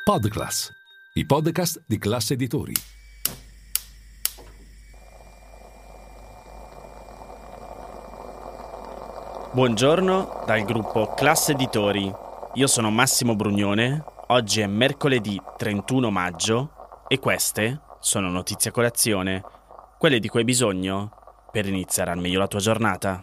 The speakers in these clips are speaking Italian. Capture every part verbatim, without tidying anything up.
Podclass, i podcast di Classe Editori. Buongiorno dal gruppo Classe Editori. Io sono Massimo Brugnone. Oggi è mercoledì trentuno maggio e queste sono notizie a colazione, quelle di cui hai bisogno per iniziare al meglio la tua giornata.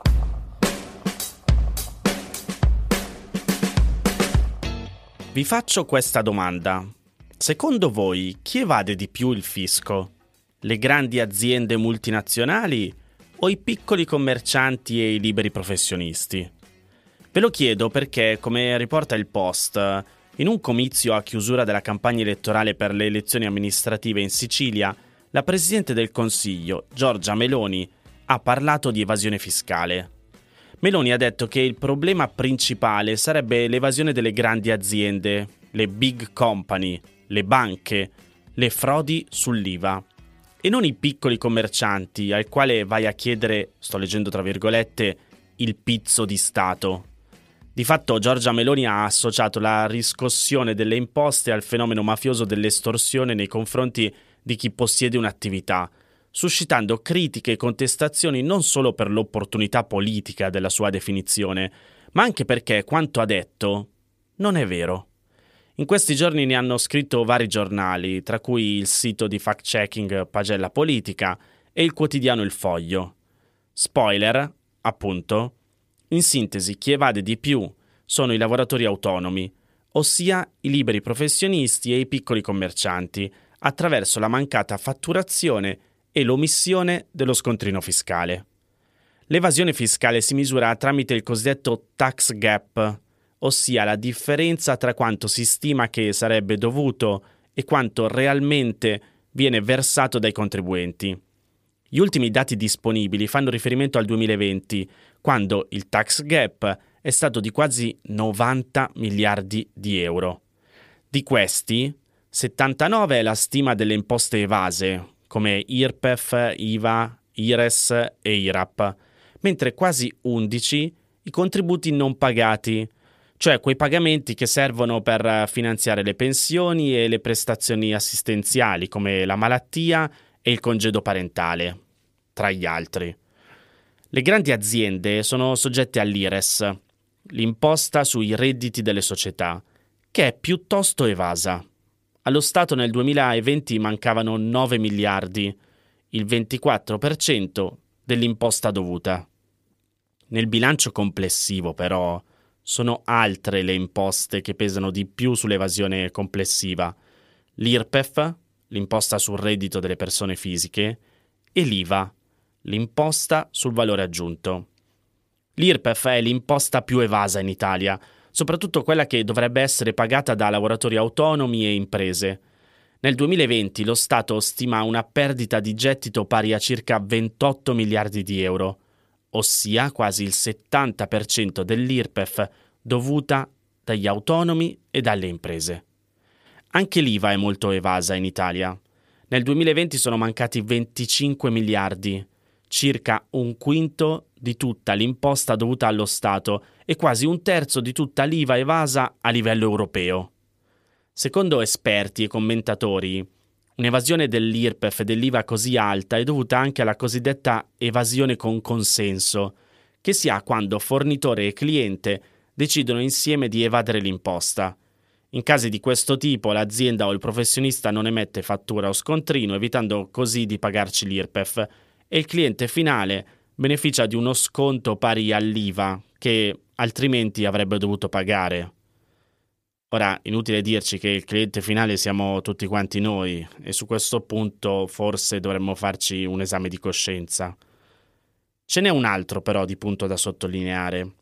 Vi faccio questa domanda. Secondo voi chi evade di più il fisco? Le grandi aziende multinazionali o i piccoli commercianti e i liberi professionisti? Ve lo chiedo perché, come riporta il Post, in un comizio a chiusura della campagna elettorale per le elezioni amministrative in Sicilia, la Presidente del Consiglio, Giorgia Meloni, ha parlato di evasione fiscale. Meloni ha detto che il problema principale sarebbe l'evasione delle grandi aziende, le big company, le banche, le frodi sull'I V A, e non i piccoli commercianti al quale vai a chiedere, sto leggendo tra virgolette, il pizzo di Stato. Di fatto Giorgia Meloni ha associato la riscossione delle imposte al fenomeno mafioso dell'estorsione nei confronti di chi possiede un'attività, suscitando critiche e contestazioni non solo per l'opportunità politica della sua definizione, ma anche perché quanto ha detto non è vero. In questi giorni ne hanno scritto vari giornali, tra cui il sito di fact-checking Pagella Politica e il quotidiano Il Foglio. Spoiler, appunto, in sintesi chi evade di più sono i lavoratori autonomi, ossia i liberi professionisti e i piccoli commercianti, attraverso la mancata fatturazione e l'omissione dello scontrino fiscale. L'evasione fiscale si misura tramite il cosiddetto tax gap, ossia la differenza tra quanto si stima che sarebbe dovuto e quanto realmente viene versato dai contribuenti. Gli ultimi dati disponibili fanno riferimento al duemilaventi, quando il tax gap è stato di quasi novanta miliardi di euro. Di questi, settantanove è la stima delle imposte evase, come I R P E F, I V A, I R E S e I R A P, mentre quasi undici i contributi non pagati, cioè quei pagamenti che servono per finanziare le pensioni e le prestazioni assistenziali come la malattia e il congedo parentale, tra gli altri. Le grandi aziende sono soggette all'I R E S, l'imposta sui redditi delle società, che è piuttosto evasa. Allo Stato nel duemilaventi mancavano nove miliardi, il ventiquattro per cento dell'imposta dovuta. Nel bilancio complessivo, però, sono altre le imposte che pesano di più sull'evasione complessiva: l'I R P E F, l'imposta sul reddito delle persone fisiche, e l'I V A, l'imposta sul valore aggiunto. L'I R P E F è l'imposta più evasa in Italia, soprattutto quella che dovrebbe essere pagata da lavoratori autonomi e imprese. Nel duemilaventi lo Stato stima una perdita di gettito pari a circa ventotto miliardi di euro, ossia quasi il settanta per cento dell'I R P E F dovuta dagli autonomi e dalle imprese. Anche l'I V A è molto evasa in Italia. Nel duemilaventi sono mancati venticinque miliardi, circa un quinto di tutta l'imposta dovuta allo Stato e quasi un terzo di tutta l'I V A evasa a livello europeo. Secondo esperti e commentatori, un'evasione dell'I R P E F e dell'I V A così alta è dovuta anche alla cosiddetta evasione con consenso, che si ha quando fornitore e cliente decidono insieme di evadere l'imposta. In casi di questo tipo l'azienda o il professionista non emette fattura o scontrino, evitando così di pagarci l'I R P E F, e il cliente finale beneficia di uno sconto pari all'I V A che altrimenti avrebbe dovuto pagare. Ora, inutile dirci che il cliente finale siamo tutti quanti noi, e su questo punto forse dovremmo farci un esame di coscienza. Ce n'è un altro però di punto da sottolineare.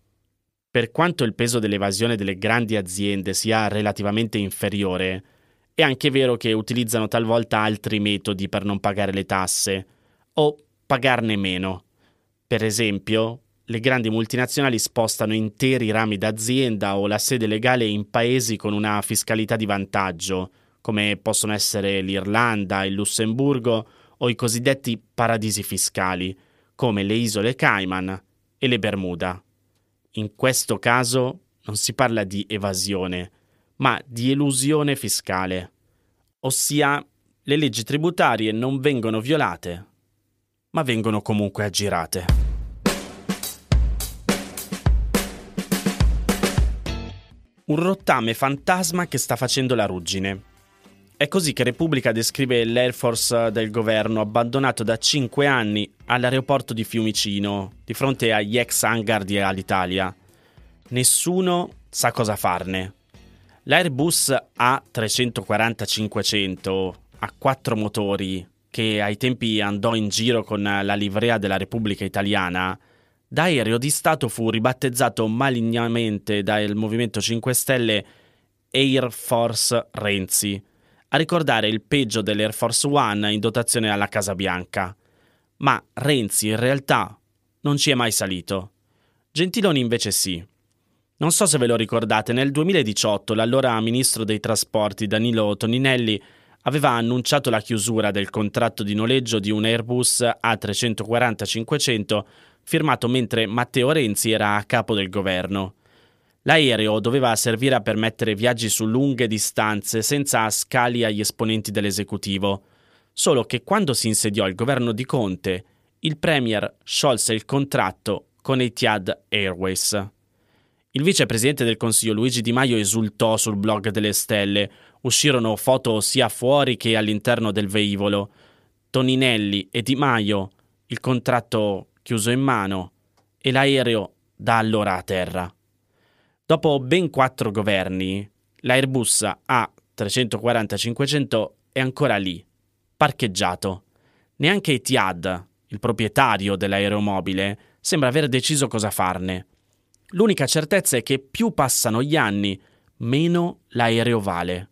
Per quanto il peso dell'evasione delle grandi aziende sia relativamente inferiore, è anche vero che utilizzano talvolta altri metodi per non pagare le tasse, o pagarne meno. Per esempio, le grandi multinazionali spostano interi rami d'azienda o la sede legale in paesi con una fiscalità di vantaggio, come possono essere l'Irlanda, il Lussemburgo o i cosiddetti paradisi fiscali, come le isole Cayman e le Bermuda. In questo caso non si parla di evasione, ma di elusione fiscale, ossia le leggi tributarie non vengono violate, ma vengono comunque aggirate. Un rottame fantasma che sta facendo la ruggine. È così che Repubblica descrive l'Air Force del governo abbandonato da cinque anni all'aeroporto di Fiumicino, di fronte agli ex hangar di Alitalia. Nessuno sa cosa farne. L'Airbus A trecentoquaranta cinquecento a quattro motori, che ai tempi andò in giro con la livrea della Repubblica Italiana, da aereo di Stato fu ribattezzato malignamente dal Movimento cinque Stelle Air Force Renzi, a ricordare il peggio dell'Air Force One in dotazione alla Casa Bianca. Ma Renzi in realtà non ci è mai salito. Gentiloni invece sì. Non so se ve lo ricordate, nel duemiladiciotto l'allora ministro dei trasporti Danilo Toninelli aveva annunciato la chiusura del contratto di noleggio di un Airbus A trecentoquaranta cinquecento firmato mentre Matteo Renzi era a capo del governo. L'aereo doveva servire a permettere viaggi su lunghe distanze senza scali agli esponenti dell'esecutivo, solo che quando si insediò il governo di Conte, il premier sciolse il contratto con Etihad Airways. Il vicepresidente del Consiglio Luigi Di Maio esultò sul blog delle stelle, uscirono foto sia fuori che all'interno del velivolo. Toninelli e Di Maio, il contratto chiuso in mano e l'aereo da allora a terra. Dopo ben quattro governi, l'Airbus A trecentoquaranta cinquecento è ancora lì, parcheggiato. Neanche Etihad, il proprietario dell'aeromobile, sembra aver deciso cosa farne. L'unica certezza è che più passano gli anni, meno l'aereo vale.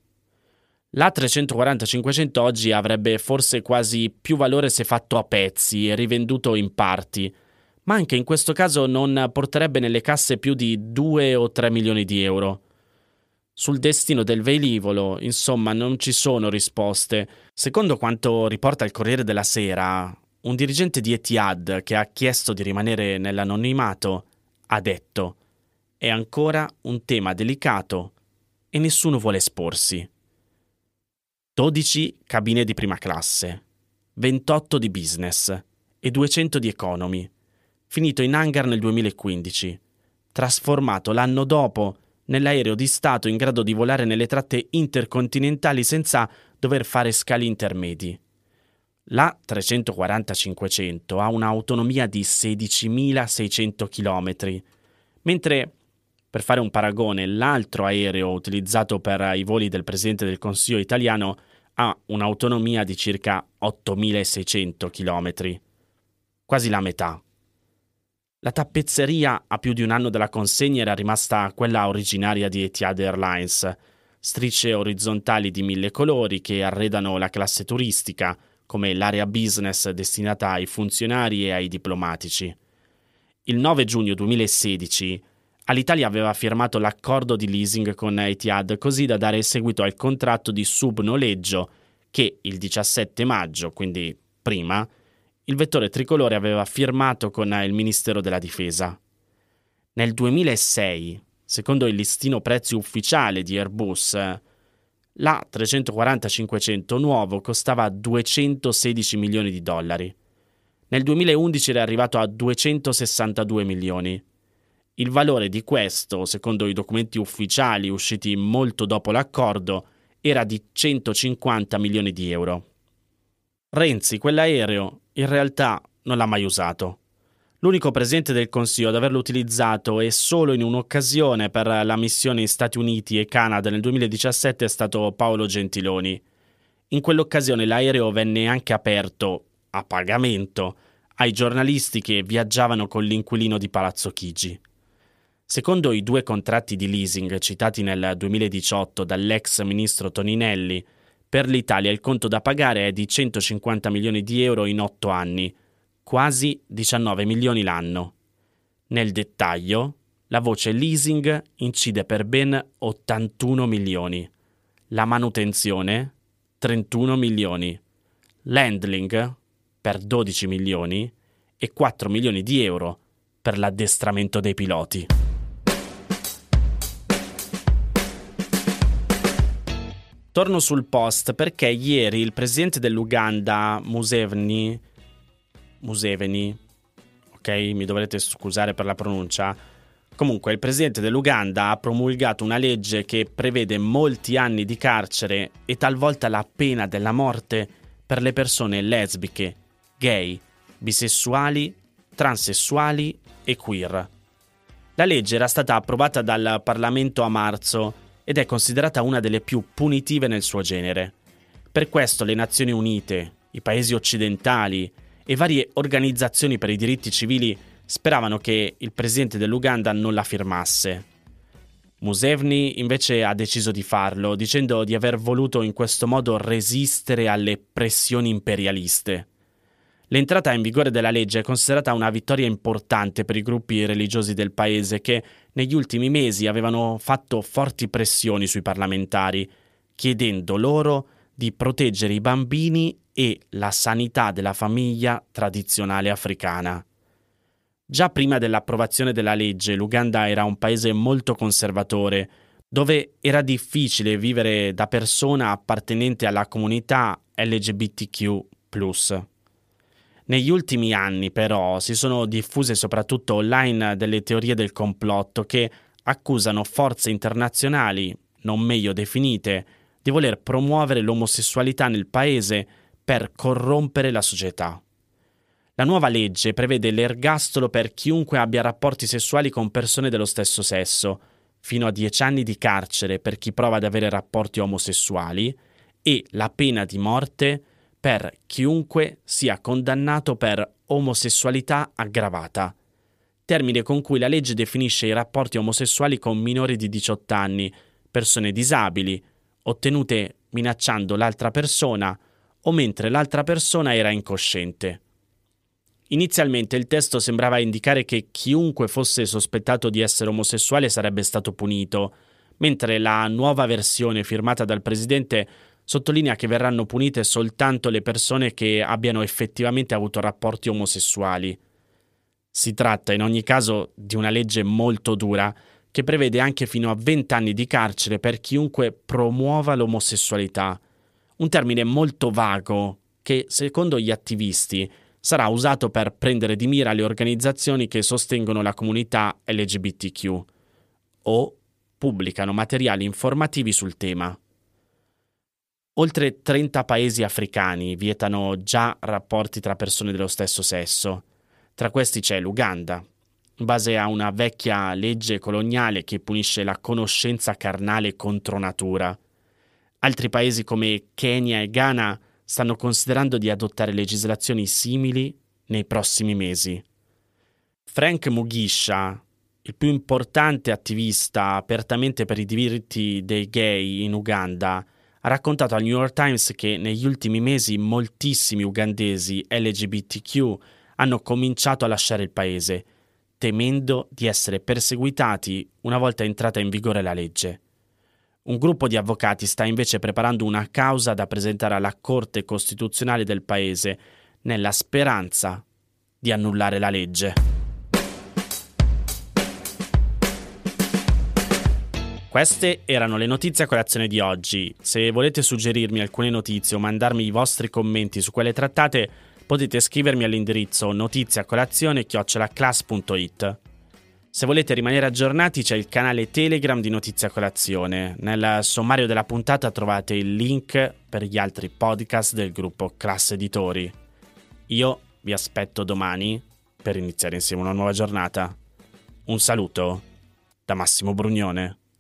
L'A trecentoquaranta cinquecento oggi avrebbe forse quasi più valore se fatto a pezzi e rivenduto in parti, ma anche in questo caso non porterebbe nelle casse più di due o tre milioni di euro. Sul destino del velivolo, insomma, non ci sono risposte. Secondo quanto riporta il Corriere della Sera, un dirigente di Etihad che ha chiesto di rimanere nell'anonimato ha detto: «È ancora un tema delicato e nessuno vuole esporsi». dodici cabine di prima classe, ventotto di business e duecento di economy. Finito in hangar nel duemilaquindici, trasformato l'anno dopo nell'aereo di Stato in grado di volare nelle tratte intercontinentali senza dover fare scali intermedi. L'A trecentoquaranta cinquecento ha un'autonomia di sedicimilaseicento chilometri, mentre, per fare un paragone, l'altro aereo utilizzato per i voli del Presidente del Consiglio italiano ha un'autonomia di circa ottomilaseicento chilometri, quasi la metà. La tappezzeria a più di un anno dalla consegna era rimasta quella originaria di Etihad Airlines, strisce orizzontali di mille colori che arredano la classe turistica, come l'area business destinata ai funzionari e ai diplomatici. Il nove giugno duemilasedici Alitalia aveva firmato l'accordo di leasing con Etihad così da dare seguito al contratto di subnoleggio che il diciassette maggio, quindi prima, il vettore tricolore aveva firmato con il Ministero della Difesa. Nel duemilasei, secondo il listino prezzi ufficiale di Airbus, l'A trecentoquaranta cinquecento nuovo costava duecentosedici milioni di dollari. Nel duemilaundici era arrivato a duecentosessantadue milioni. Il valore di questo, secondo i documenti ufficiali usciti molto dopo l'accordo, era di centocinquanta milioni di euro. Renzi quell'aereo in realtà non l'ha mai usato. L'unico presidente del Consiglio ad averlo utilizzato e solo in un'occasione per la missione in Stati Uniti e Canada nel duemiladiciassette è stato Paolo Gentiloni. In quell'occasione l'aereo venne anche aperto, a pagamento, ai giornalisti che viaggiavano con l'inquilino di Palazzo Chigi. Secondo i due contratti di leasing citati nel duemiladiciotto dall'ex ministro Toninelli, per l'Italia il conto da pagare è di centocinquanta milioni di euro in otto anni, quasi diciannove milioni l'anno. Nel dettaglio, la voce leasing incide per ben ottantuno milioni, la manutenzione trentuno milioni, l'handling per dodici milioni e quattro milioni di euro per l'addestramento dei piloti. Torno sul post perché ieri il presidente dell'Uganda, Museveni, Museveni, ok, mi dovrete scusare per la pronuncia, comunque il presidente dell'Uganda ha promulgato una legge che prevede molti anni di carcere e talvolta la pena della morte per le persone lesbiche, gay, bisessuali, transessuali e queer. La legge era stata approvata dal Parlamento a marzo ed è considerata una delle più punitive nel suo genere. Per questo le Nazioni Unite, i paesi occidentali e varie organizzazioni per i diritti civili speravano che il presidente dell'Uganda non la firmasse. Museveni invece ha deciso di farlo, dicendo di aver voluto in questo modo resistere alle pressioni imperialiste. L'entrata in vigore della legge è considerata una vittoria importante per i gruppi religiosi del paese che negli ultimi mesi avevano fatto forti pressioni sui parlamentari, chiedendo loro di proteggere i bambini e la sanità della famiglia tradizionale africana. Già prima dell'approvazione della legge, l'Uganda era un paese molto conservatore, dove era difficile vivere da persona appartenente alla comunità L G B T Q plus. Negli ultimi anni, però, si sono diffuse soprattutto online delle teorie del complotto che accusano forze internazionali, non meglio definite, di voler promuovere l'omosessualità nel paese per corrompere la società. La nuova legge prevede l'ergastolo per chiunque abbia rapporti sessuali con persone dello stesso sesso, fino a dieci anni di carcere per chi prova ad avere rapporti omosessuali e la pena di morte per chiunque sia condannato per omosessualità aggravata, termine con cui la legge definisce i rapporti omosessuali con minori di diciotto anni, persone disabili, ottenute minacciando l'altra persona o mentre l'altra persona era incosciente. Inizialmente il testo sembrava indicare che chiunque fosse sospettato di essere omosessuale sarebbe stato punito, mentre la nuova versione firmata dal presidente sottolinea che verranno punite soltanto le persone che abbiano effettivamente avuto rapporti omosessuali. Si tratta in ogni caso di una legge molto dura che prevede anche fino a venti anni di carcere per chiunque promuova l'omosessualità, un termine molto vago che, secondo gli attivisti, sarà usato per prendere di mira le organizzazioni che sostengono la comunità L G B T Q o pubblicano materiali informativi sul tema. Oltre trenta paesi africani vietano già rapporti tra persone dello stesso sesso. Tra questi c'è l'Uganda, in base a una vecchia legge coloniale che punisce la conoscenza carnale contro natura. Altri paesi come Kenya e Ghana stanno considerando di adottare legislazioni simili nei prossimi mesi. Frank Mugisha, il più importante attivista apertamente per i diritti dei gay in Uganda, ha raccontato al New York Times che negli ultimi mesi moltissimi ugandesi L G B T Q hanno cominciato a lasciare il paese, temendo di essere perseguitati una volta entrata in vigore la legge. Un gruppo di avvocati sta invece preparando una causa da presentare alla Corte Costituzionale del paese, nella speranza di annullare la legge. Queste erano le notizie a colazione di oggi. Se volete suggerirmi alcune notizie o mandarmi i vostri commenti su quelle trattate, potete scrivermi all'indirizzo notiziacolazione chiocciola class punto it. Se volete rimanere aggiornati c'è il canale Telegram di Notizia Colazione. Nel sommario della puntata trovate il link per gli altri podcast del gruppo Class Editori. Io vi aspetto domani per iniziare insieme una nuova giornata. Un saluto da Massimo Brugnone.